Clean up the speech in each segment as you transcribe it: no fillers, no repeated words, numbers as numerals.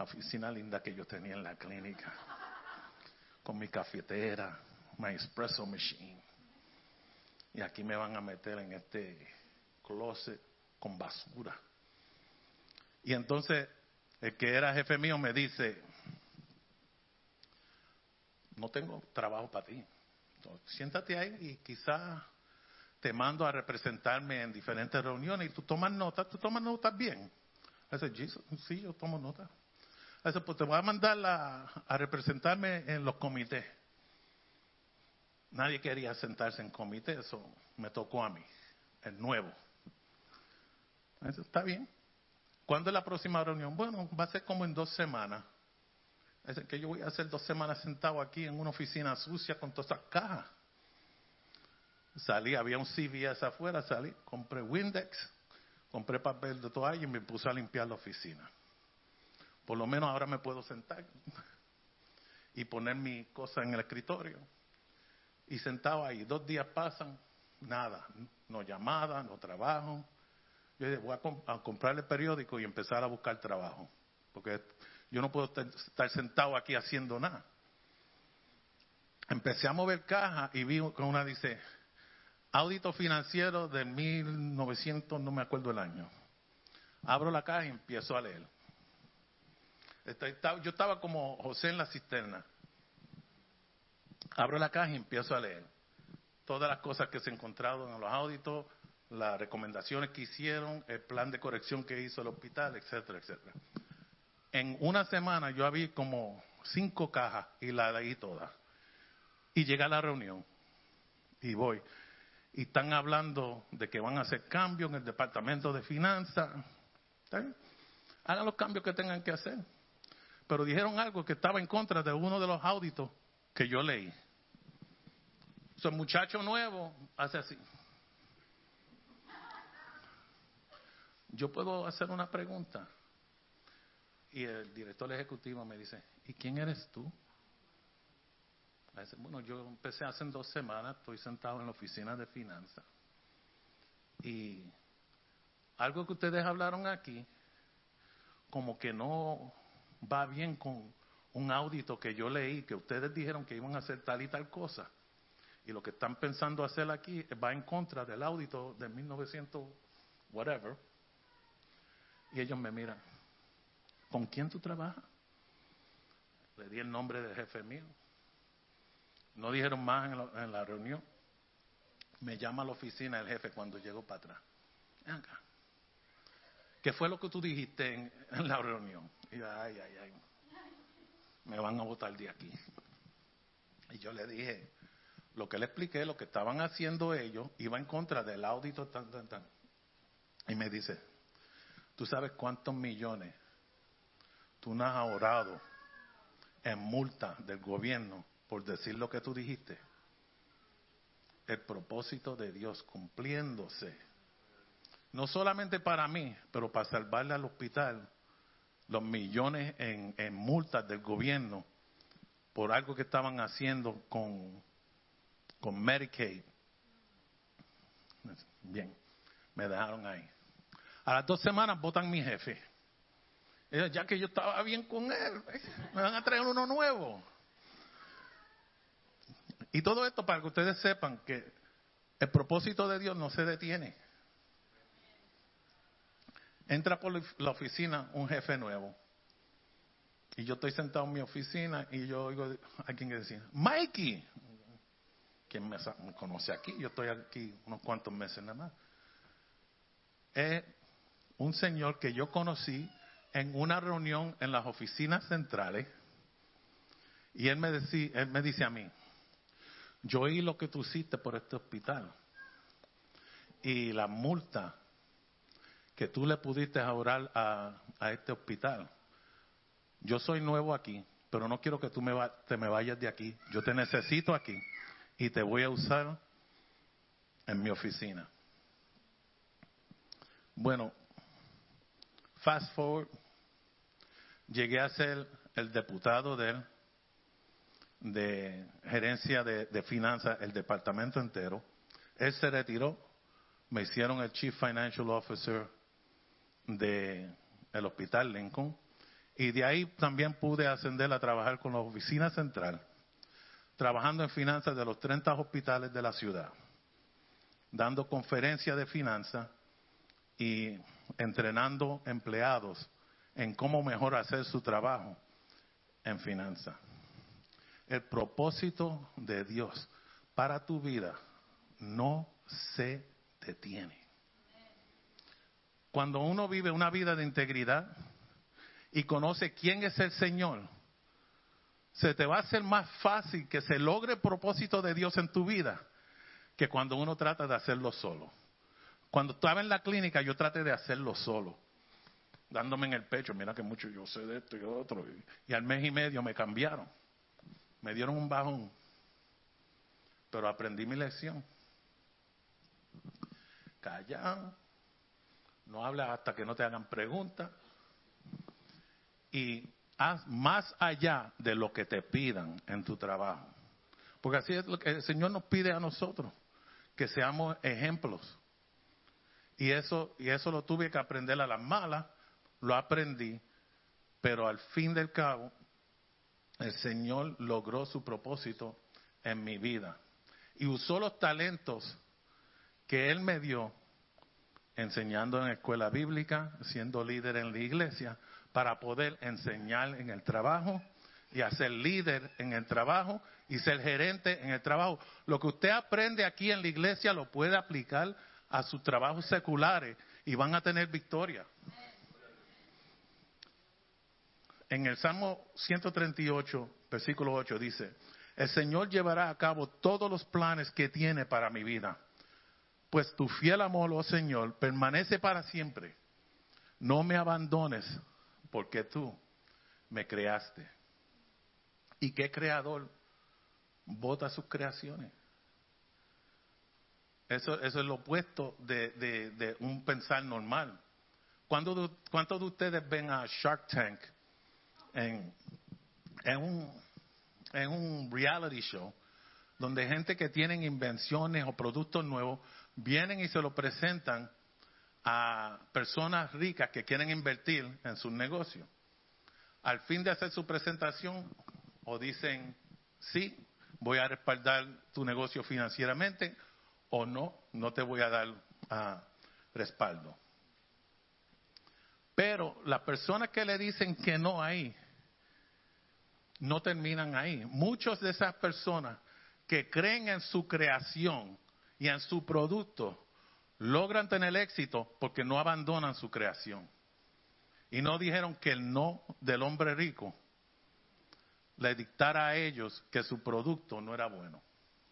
la oficina linda que yo tenía en la clínica, con mi cafetera, mi espresso machine. Y aquí me van a meter en este closet con basura. Y entonces el que era jefe mío me dice, no tengo trabajo para ti. Entonces, siéntate ahí y quizás te mando a representarme en diferentes reuniones y tú tomas notas bien. Dice, sí, yo tomo notas. Dice, pues te voy a mandar a representarme en los comités. Nadie quería sentarse en comité, eso me tocó a mí, el nuevo. Dice, está bien. ¿Cuándo es la próxima reunión? Bueno, va a ser como en 2 semanas. Dice que yo voy a hacer 2 semanas sentado aquí en una oficina sucia con todas esas cajas. Salí, había un CVS afuera, salí, compré Windex, compré papel de toalla y me puse a limpiar la oficina. Por lo menos ahora me puedo sentar y poner mi cosa en el escritorio. Y sentado ahí, 2 días pasan, nada, no llamadas, no trabajo. Yo dije, voy a comprar el periódico y empezar a buscar trabajo, porque yo no puedo estar sentado aquí haciendo nada. Empecé a mover cajas y vi que una dice, audito financiero de 1900, no me acuerdo el año. Abro la caja y empiezo a leer. Yo estaba como José en la cisterna. Abro la caja y empiezo a leer. Todas las cosas que se encontraron en los auditos, las recomendaciones que hicieron, el plan de corrección que hizo el hospital, etcétera, etcétera. En una semana yo había como 5 cajas y las leí todas. Y llegué a la reunión y voy. Y están hablando de que van a hacer cambios en el departamento de finanzas. ¿Está bien? Hagan los cambios que tengan que hacer. Pero dijeron algo que estaba en contra de uno de los auditos que yo leí. El muchacho nuevo hace así. Yo puedo hacer una pregunta. Y el director ejecutivo me dice, ¿y quién eres tú? Me dice, bueno, yo empecé hace 2 semanas, estoy sentado en la oficina de finanzas. Y algo que ustedes hablaron aquí, como que no va bien con un audito que yo leí, que ustedes dijeron que iban a hacer tal y tal cosa. Y lo que están pensando hacer aquí va en contra del audito de 1900, whatever. Y ellos me miran, ¿con quién tú trabajas? Le di el nombre del jefe mío. No dijeron más en la reunión. Me llama a la oficina el jefe cuando llego para atrás. Ven acá. ¿Qué fue lo que tú dijiste en la reunión? Y yo, ay, me van a botar de aquí. Y yo le dije, lo que le expliqué, lo que estaban haciendo ellos, iba en contra del audito, tan. Y me dice, ¿tú sabes cuántos millones tú no has ahorrado en multa del gobierno por decir lo que tú dijiste? El propósito de Dios cumpliéndose. No solamente para mí, pero para salvarle al hospital los millones en multas del gobierno por algo que estaban haciendo con Medicaid. Bien, me dejaron ahí. A las 2 semanas votan mi jefe. Ya que yo estaba bien con él, me van a traer uno nuevo. Y todo esto para que ustedes sepan que el propósito de Dios no se detiene. Entra por la oficina un jefe nuevo. Y yo estoy sentado en mi oficina y yo oigo a alguien que decía, Mikey, quien me conoce aquí, yo estoy aquí unos cuantos meses nada más. Es un señor que yo conocí en una reunión en las oficinas centrales. Y él me dice a mí, yo oí lo que tú hiciste por este hospital. Y la multa que tú le pudiste ahorrar a este hospital. Yo soy nuevo aquí, pero no quiero que tú te me vayas de aquí. Yo te necesito aquí y te voy a usar en mi oficina. Bueno, fast forward, llegué a ser el diputado de él, de gerencia de finanzas, el departamento entero. Él se retiró, me hicieron el Chief Financial Officer del Hospital Lincoln Y de ahí también pude ascender a trabajar con la oficina central, trabajando en finanzas de los 30 hospitales de la ciudad, dando conferencias de finanzas y entrenando empleados en cómo mejor hacer su trabajo en finanzas. El propósito de Dios para tu vida no se detiene. Cuando uno vive una vida de integridad y conoce quién es el Señor, se te va a hacer más fácil que se logre el propósito de Dios en tu vida que cuando uno trata de hacerlo solo. Cuando estaba en la clínica yo traté de hacerlo solo, dándome en el pecho, mira que mucho yo sé de esto y de otro. Y al mes y medio me cambiaron, me dieron un bajón, pero aprendí mi lección. Callado, no hables hasta que no te hagan preguntas y haz más allá de lo que te pidan en tu trabajo. Porque así es lo que el Señor nos pide a nosotros, que seamos ejemplos. Y eso lo tuve que aprender a las malas, lo aprendí, pero al fin del cabo, el Señor logró su propósito en mi vida. Y usó los talentos que Él me dio, enseñando en la escuela bíblica, siendo líder en la iglesia, para poder enseñar en el trabajo y hacer líder en el trabajo y ser gerente en el trabajo. Lo que usted aprende aquí en la iglesia lo puede aplicar a sus trabajos seculares y van a tener victoria. En el Salmo 138, versículo 8 dice, el Señor llevará a cabo todos los planes que tiene para mi vida. Pues tu fiel amor, oh Señor, permanece para siempre. No me abandones, porque tú me creaste. ¿Y qué creador bota sus creaciones? Eso es lo opuesto de un pensar normal. ¿Cuántos de ustedes ven a Shark Tank en un reality show donde gente que tienen invenciones o productos nuevos vienen y se lo presentan a personas ricas que quieren invertir en sus negocios? Al fin de hacer su presentación, o dicen, sí, voy a respaldar tu negocio financieramente, o no te voy a dar respaldo. Pero las personas que le dicen que no ahí, no terminan ahí. Muchas de esas personas que creen en su creación y en su producto, logran tener éxito porque no abandonan su creación. Y no dijeron que el no del hombre rico le dictara a ellos que su producto no era bueno.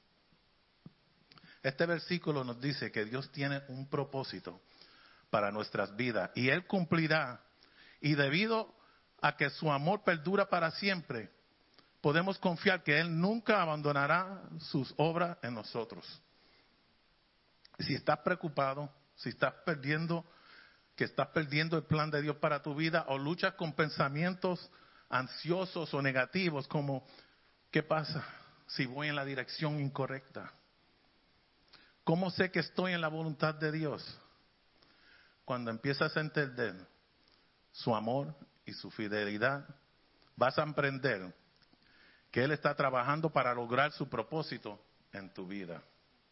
Este versículo nos dice que Dios tiene un propósito para nuestras vidas y Él cumplirá. Y debido a que su amor perdura para siempre, podemos confiar que Él nunca abandonará sus obras en nosotros. Si estás preocupado, si estás perdiendo el plan de Dios para tu vida, o luchas con pensamientos ansiosos o negativos como, ¿qué pasa si voy en la dirección incorrecta? ¿Cómo sé que estoy en la voluntad de Dios? Cuando empiezas a entender su amor y su fidelidad, vas a aprender que Él está trabajando para lograr su propósito en tu vida.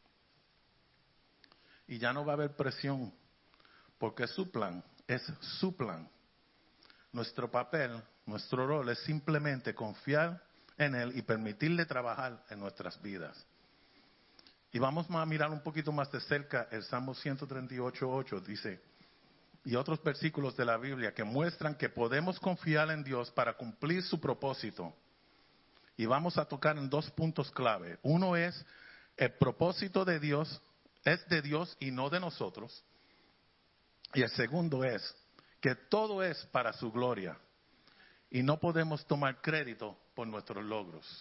Y ya no va a haber presión, porque su plan es su plan. Nuestro papel, nuestro rol es simplemente confiar en Él y permitirle trabajar en nuestras vidas. Y vamos a mirar un poquito más de cerca el Salmo 138:8, dice, y otros versículos de la Biblia que muestran que podemos confiar en Dios para cumplir su propósito. Y vamos a tocar en dos puntos clave. Uno es, el propósito de Dios es de Dios y no de nosotros. Y el segundo es que todo es para su gloria y no podemos tomar crédito por nuestros logros.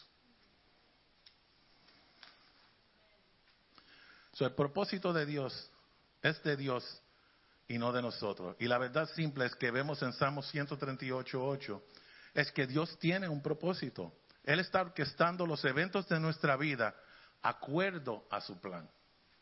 El propósito de Dios es de Dios y no de nosotros. Y la verdad simple es que vemos en Salmo 138:8 es que Dios tiene un propósito. Él está orquestando los eventos de nuestra vida acuerdo a su plan.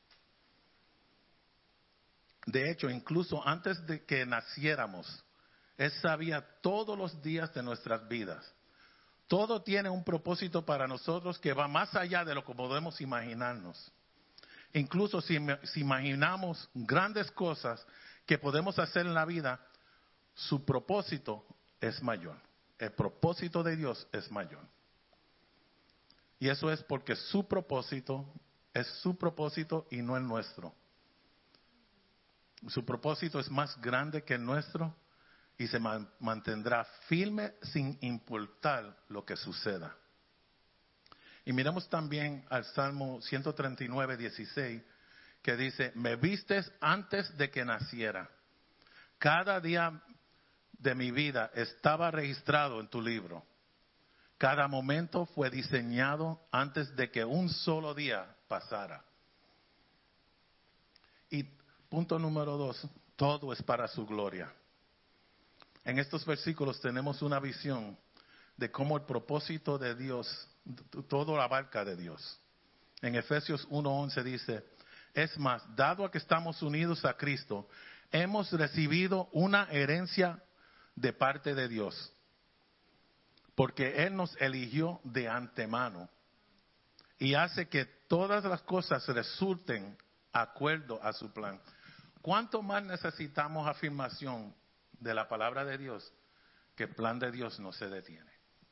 De hecho, incluso antes de que naciéramos, Él sabía todos los días de nuestras vidas. Todo tiene un propósito para nosotros que va más allá de lo que podemos imaginarnos. Incluso si imaginamos grandes cosas que podemos hacer en la vida, su propósito es mayor. El propósito de Dios es mayor. Y eso es porque su propósito es su propósito y no el nuestro. Su propósito es más grande que el nuestro y se mantendrá firme sin importar lo que suceda. Y miramos también al Salmo 139, 16, que dice, me vistes antes de que naciera. Cada día de mi vida estaba registrado en tu libro. Cada momento fue diseñado antes de que un solo día pasara. Y punto número 2, todo es para su gloria. En estos versículos tenemos una visión de cómo el propósito de Dios, todo abarca de Dios. En Efesios 1:11 dice, es más, dado a que estamos unidos a Cristo, hemos recibido una herencia de parte de Dios, porque Él nos eligió de antemano y hace que todas las cosas resulten acuerdo a su plan. ¿Cuánto más necesitamos afirmación de la palabra de Dios? Que el plan de Dios no se detiene.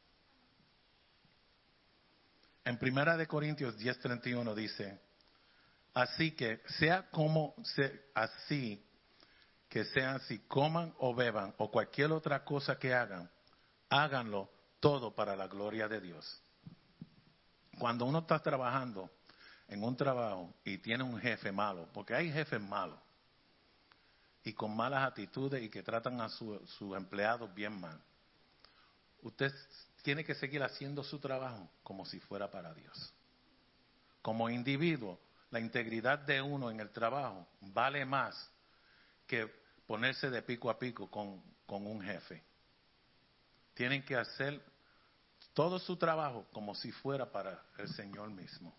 En 1 Corintios 10:31 dice, así que sea como así, que sean si coman o beban o cualquier otra cosa que hagan, háganlo todo para la gloria de Dios. Cuando uno está trabajando en un trabajo y tiene un jefe malo, porque hay jefes malos y con malas actitudes y que tratan a sus empleados bien mal, usted tiene que seguir haciendo su trabajo como si fuera para Dios. Como individuo, la integridad de uno en el trabajo vale más que ponerse de pico a pico con un jefe. Tienen que hacer todo su trabajo como si fuera para el Señor mismo.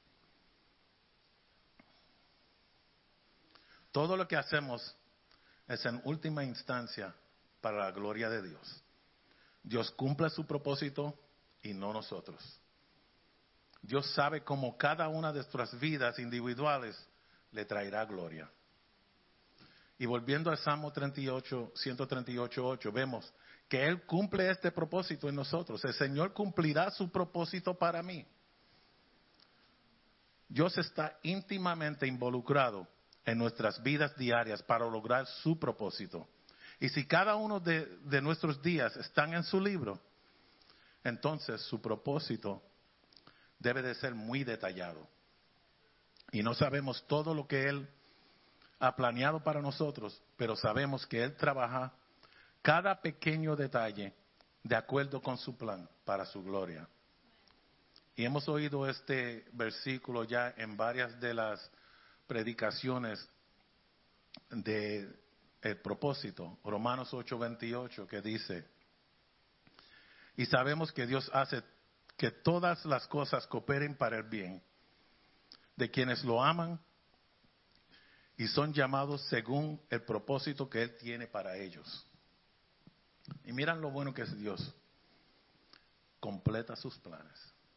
Todo lo que hacemos es en última instancia para la gloria de Dios. Dios cumple su propósito y no nosotros. Dios sabe cómo cada una de nuestras vidas individuales le traerá gloria. Y volviendo al Salmo 138:8, vemos que Él cumple este propósito en nosotros. El Señor cumplirá su propósito para mí. Dios está íntimamente involucrado en nuestras vidas diarias para lograr su propósito. Y si cada uno de nuestros días están en su libro, entonces su propósito debe de ser muy detallado. Y no sabemos todo lo que Él ha planeado para nosotros, pero sabemos que Él trabaja cada pequeño detalle de acuerdo con su plan para su gloria. Y hemos oído este versículo ya en varias de las predicaciones de el propósito, Romanos 8:28, que dice, y sabemos que Dios hace que todas las cosas cooperen para el bien de quienes lo aman y son llamados según el propósito que Él tiene para ellos. Y miran lo bueno que es Dios. Completa sus planes.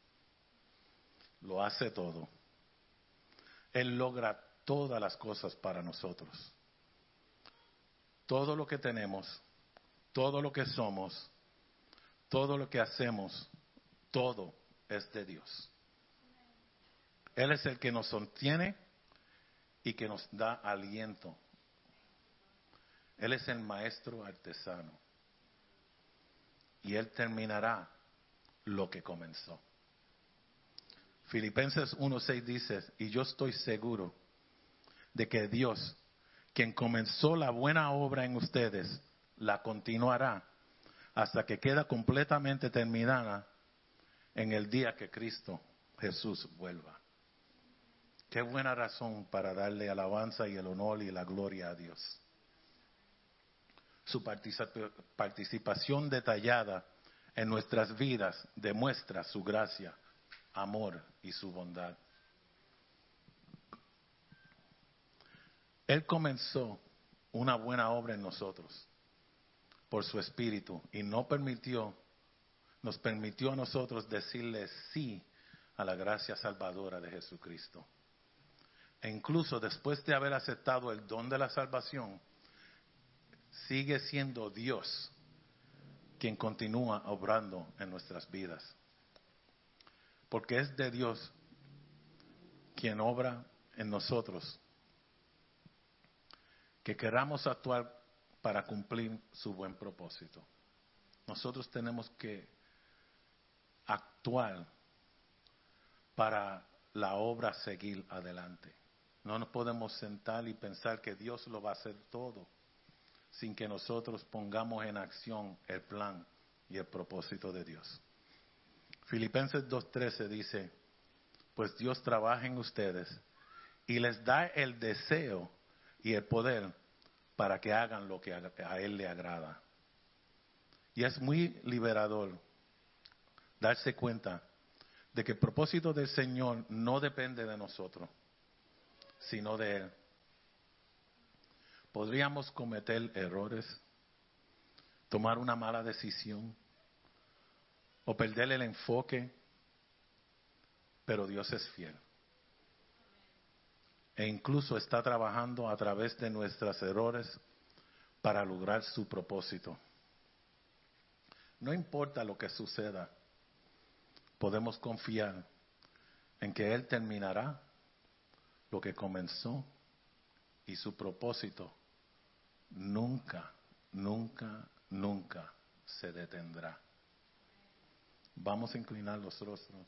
Lo hace todo. Él logra todas las cosas para nosotros. Todo lo que tenemos, todo lo que somos, todo lo que hacemos, todo es de Dios. Él es el que nos sostiene y que nos da aliento. Él es el maestro artesano. Y Él terminará lo que comenzó. Filipenses 1:6 dice, y yo estoy seguro de que Dios, quien comenzó la buena obra en ustedes, la continuará hasta que queda completamente terminada en el día que Cristo Jesús vuelva. Qué buena razón para darle alabanza y el honor y la gloria a Dios. Su participación detallada en nuestras vidas demuestra su gracia, amor y su bondad. Él comenzó una buena obra en nosotros, por su Espíritu y nos permitió a nosotros decirle sí a la gracia salvadora de Jesucristo. E incluso después de haber aceptado el don de la salvación, sigue siendo Dios quien continúa obrando en nuestras vidas. Porque es de Dios quien obra en nosotros, que queramos actuar para cumplir su buen propósito. Nosotros tenemos que actuar para la obra seguir adelante. No nos podemos sentar y pensar que Dios lo va a hacer todo sin que nosotros pongamos en acción el plan y el propósito de Dios. Filipenses 2:13 dice, pues Dios trabaja en ustedes y les da el deseo y el poder para que hagan lo que a Él le agrada. Y es muy liberador darse cuenta de que el propósito del Señor no depende de nosotros, sino de Él. Podríamos cometer errores, tomar una mala decisión o perder el enfoque, pero Dios es fiel. E incluso está trabajando a través de nuestros errores para lograr su propósito. No importa lo que suceda, podemos confiar en que Él terminará lo que comenzó y su propósito nunca, nunca, nunca se detendrá. Vamos a inclinar los rostros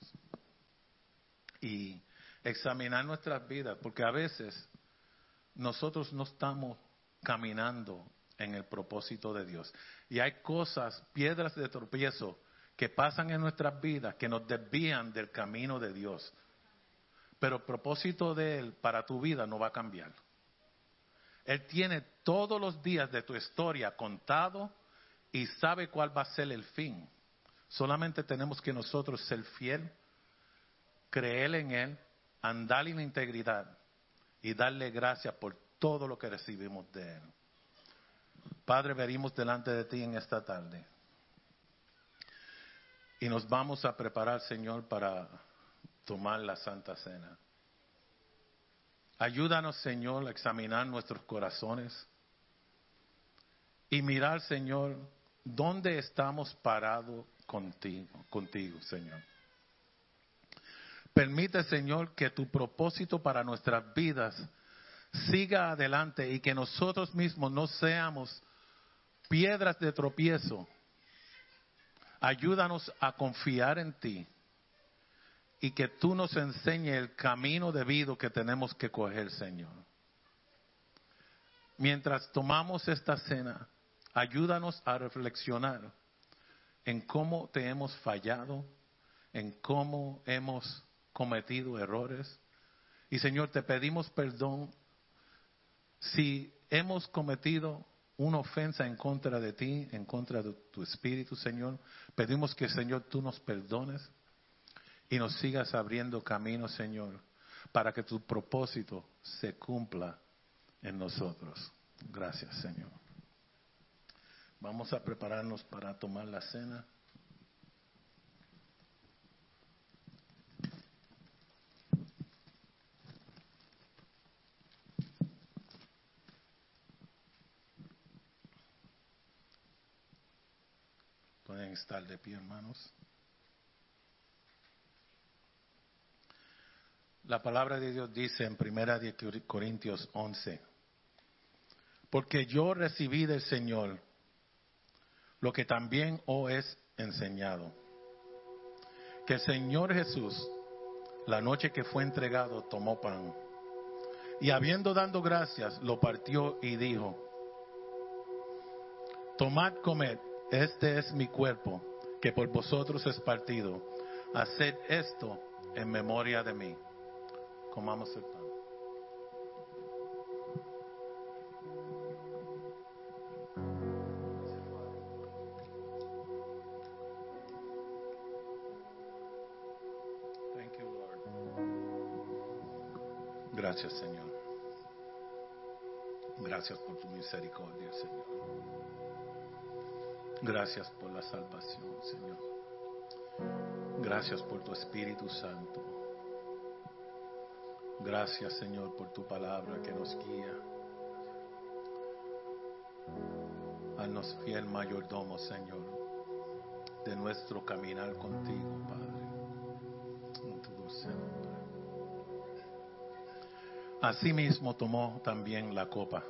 y examinar nuestras vidas, porque a veces nosotros no estamos caminando en el propósito de Dios. Y hay cosas, piedras de tropiezo, que pasan en nuestras vidas que nos desvían del camino de Dios. Pero el propósito de Él para tu vida no va a cambiar. Él tiene todos los días de tu historia contado y sabe cuál va a ser el fin. Solamente tenemos que nosotros ser fiel, creer en Él, andar en la integridad y darle gracias por todo lo que recibimos de Él. Padre, venimos delante de ti en esta tarde y nos vamos a preparar, Señor, para tomar la Santa Cena. Ayúdanos, Señor, a examinar nuestros corazones y mirar, Señor, dónde estamos parados contigo, Señor. Permite, Señor, que tu propósito para nuestras vidas siga adelante y que nosotros mismos no seamos piedras de tropiezo. Ayúdanos a confiar en ti y que tú nos enseñes el camino debido que tenemos que coger, Señor. Mientras tomamos esta cena, ayúdanos a reflexionar en cómo te hemos fallado, en cómo hemos cometido errores. Y Señor, te pedimos perdón si hemos cometido una ofensa en contra de ti, en contra de tu Espíritu, Señor. Pedimos que, Señor, tú nos perdones y nos sigas abriendo camino, Señor, para que tu propósito se cumpla en nosotros. Gracias, Señor. Vamos a prepararnos para tomar la cena. Pueden estar de pie, hermanos. La palabra de Dios dice en 1 Corintios 11, porque yo recibí del Señor lo que también os es enseñado, que el Señor Jesús, la noche que fue entregado, tomó pan, y habiendo dado gracias, lo partió y dijo, tomad, comed, este es mi cuerpo, que por vosotros es partido. Haced esto en memoria de mí. Comamos el pan. Thank you, Lord. Gracias, Señor. Gracias por tu misericordia, Señor. Gracias por la salvación, Señor. Gracias por tu Espíritu Santo. Gracias, Señor, por tu palabra que nos guía. Haznos fiel mayordomo, Señor, de nuestro caminar contigo, Padre, en tu dulce nombre. Asimismo tomó también la copa,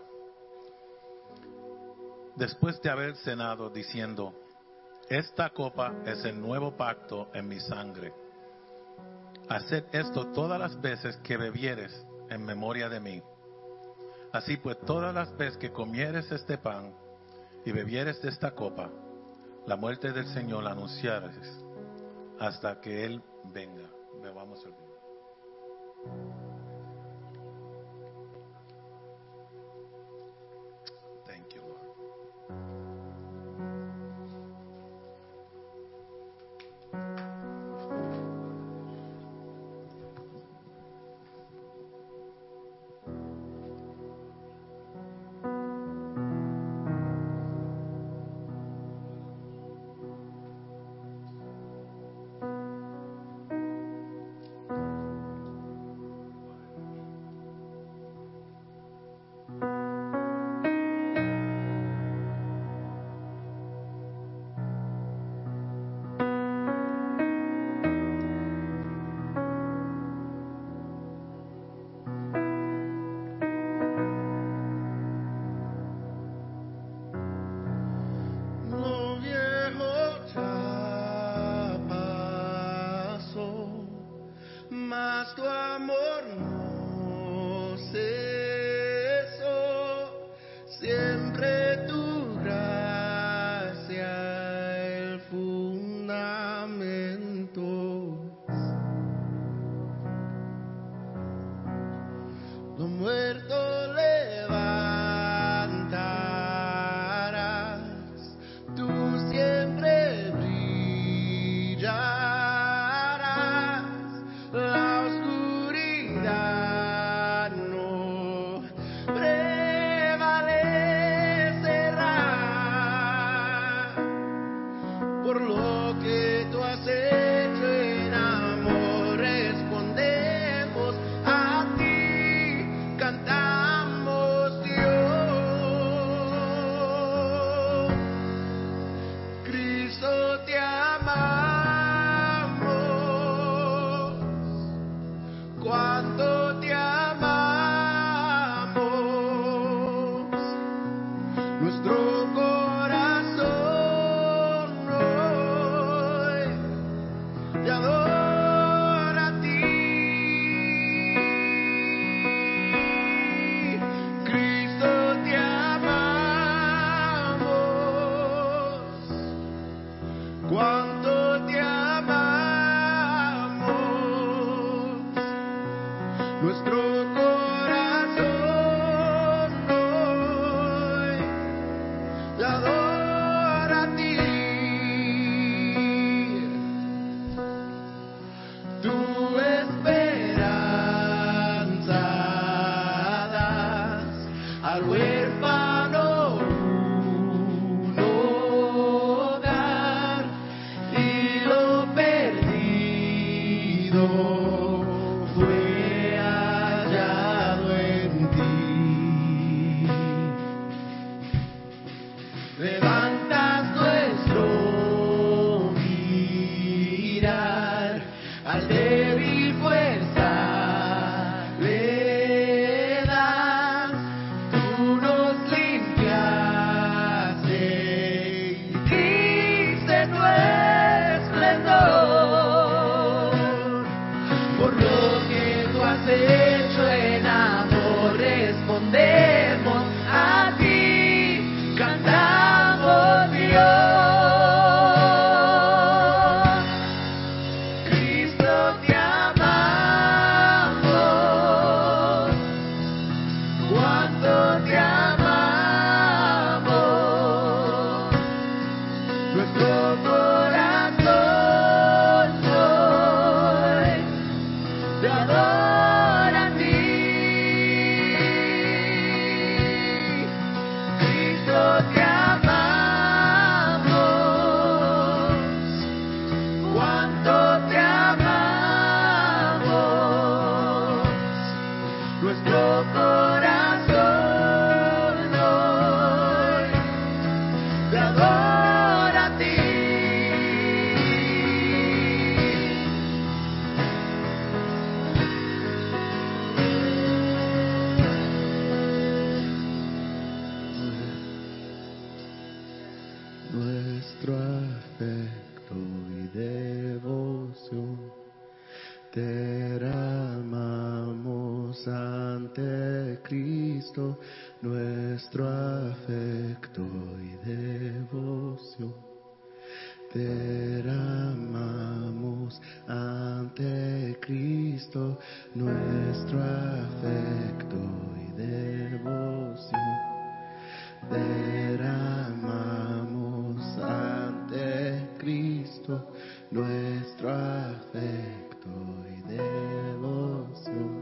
después de haber cenado, diciendo: esta copa es el nuevo pacto en mi sangre. Haced esto todas las veces que bebieres en memoria de mí. Así pues, todas las veces que comieres este pan y bebieres de esta copa, la muerte del Señor la anunciares hasta que Él venga. Bebamos el vino. Thank you, Lord. Cristo te afecto y devoción derramamos ante Cristo, nuestro afecto y devoción. Derramamos ante Cristo nuestro afecto y devoción. Derramamos ante Cristo nuestro afecto y devoción.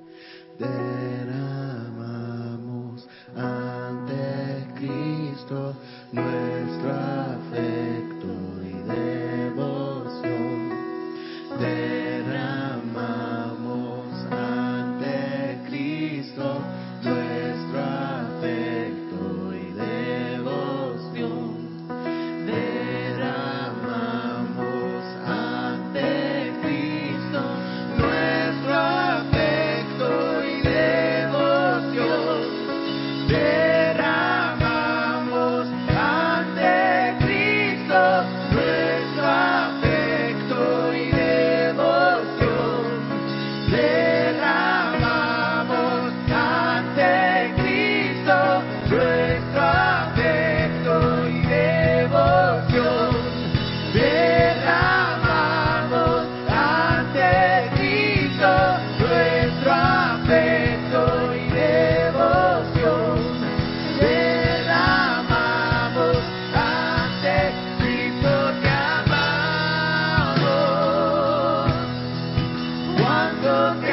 Derramamos ante Cristo nuestro afecto y devoción. Derramamos ante Cristo nuestro afecto y devoción. Derramamos ante Cristo nuestro afecto y devoción. Derramamos ante Cristo nuestro afecto y devoción. Derramamos ante Cristo nuestro afecto y devoción. Derramamos ante Cristo nuestro afecto y devoción. Derramamos ante Cristo, te amamos. Cuánto te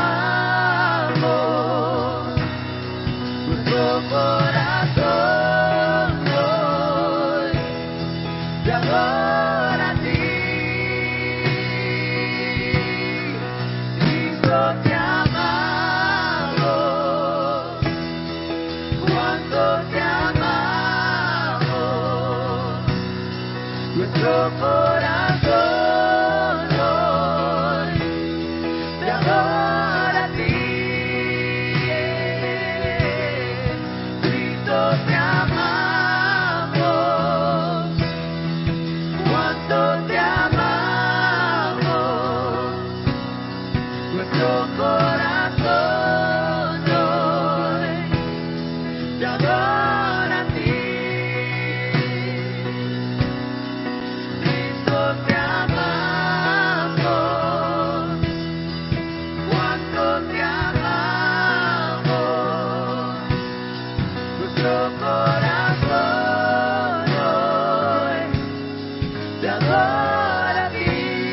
amamos, nuestro corazón hoy te adora a ti. Cristo, te amamos. Cuánto te amamos, nuestro corazón hoy te adora a ti. Cristo, te amamos. Cuánto te amamos, nuestro corazón hoy te adora a ti. Cristo, te amamos. Cuánto te amamos, nuestro corazón hoy te adora a ti.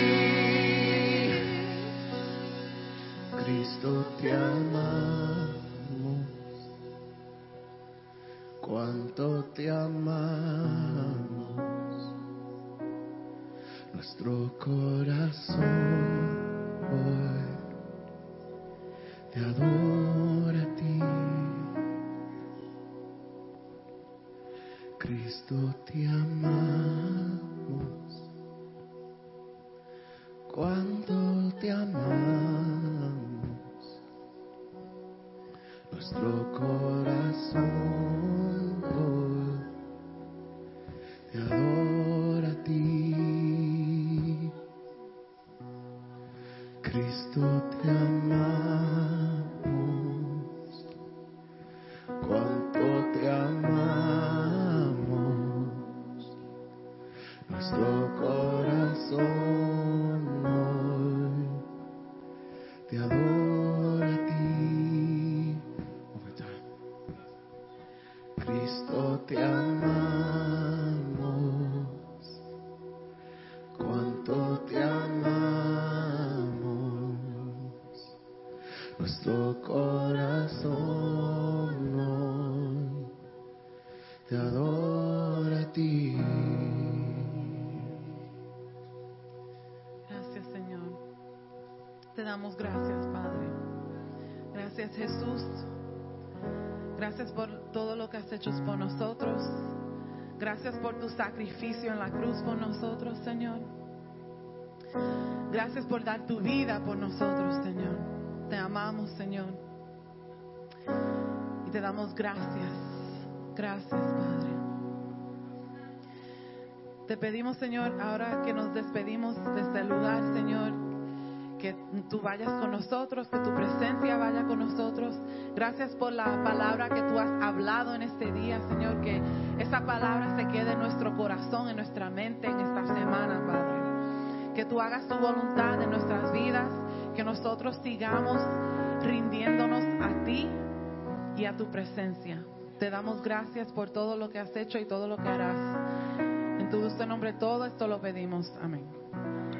Cristo, te amamos. Cuánto te amamos, nuestro corazón hoy te adora a ti. Cristo, te amamos. Cuánto te amamos, nuestro corazón hoy te adora a ti. Cristo, te amamos. Cuánto te amamos, nuestro corazón hoy te adora a ti. One more time. Cristo, te amamos. Cuánto te amamos, nuestro corazón hoy te adora a ti. Gracias, Señor. Te damos gracias, Padre. Gracias, Jesús. Gracias por todo lo que has hecho por nosotros. Gracias por tu sacrificio en la cruz por nosotros, Señor. Gracias por dar tu vida por nosotros, Señor. Te amamos, Señor. Y te damos gracias. Gracias, Padre. Te pedimos, Señor, ahora que nos despedimos de este lugar, Señor, que tú vayas con nosotros, que tu presencia vaya con nosotros. Gracias por la palabra que tú has hablado en este día, Señor, que esa palabra se quede en nuestro corazón, en nuestra mente, en esta semana, Padre. Que tú hagas tu voluntad en nuestras vidas, que nosotros sigamos rindiéndonos a ti y a tu presencia. Te damos gracias por todo lo que has hecho y todo lo que harás. En tu dulce nombre todo esto lo pedimos. Amén.